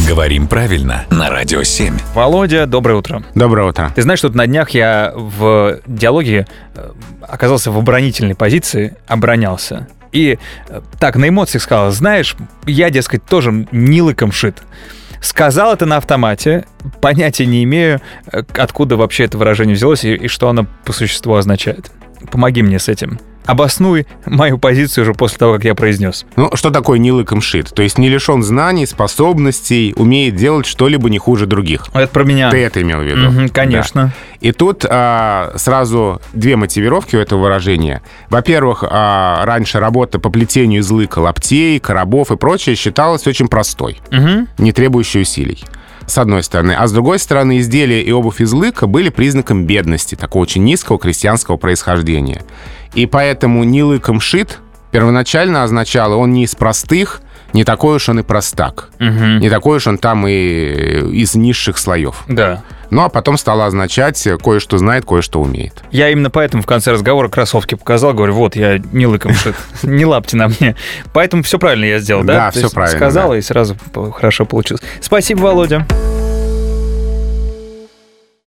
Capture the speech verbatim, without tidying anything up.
Говорим правильно на Радио семь. Володя, доброе утро. Доброе утро. Ты знаешь, что на днях я в диалоге оказался в оборонительной позиции, оборонялся. И так, на эмоциях сказал, знаешь, я, дескать, тоже не лыком шит. Сказал это на автомате, понятия не имею, откуда вообще это выражение взялось и, и что оно по существу означает. Помоги мне с этим. Обоснуй мою позицию уже после того, как я произнес. Ну, что такое не лыком шит? То есть не лишен знаний, способностей, умеет делать что-либо не хуже других. Это про меня. Ты это имел в виду? Угу, конечно. Да. И тут а, сразу две мотивировки у этого выражения. Во-первых, а, раньше работа по плетению из лыка лаптей, коробов и прочее считалась очень простой, угу. не требующей усилий. С одной стороны. А с другой стороны, изделия и обувь из лыка были признаком бедности, такого очень низкого крестьянского происхождения. И поэтому «не лыком шит» первоначально означало, он не из простых, не такой уж он и простак. Угу. Не такой уж он там и из низших слоев. Да. Ну, а потом стало означать, кое-что знает, кое-что умеет. Я именно поэтому в конце разговора кроссовки показал, говорю, вот, я не лыком шит, не лапти на мне. Поэтому все правильно я сделал, да? Да, все правильно. Сказал, и сразу хорошо получилось. Спасибо, Володя.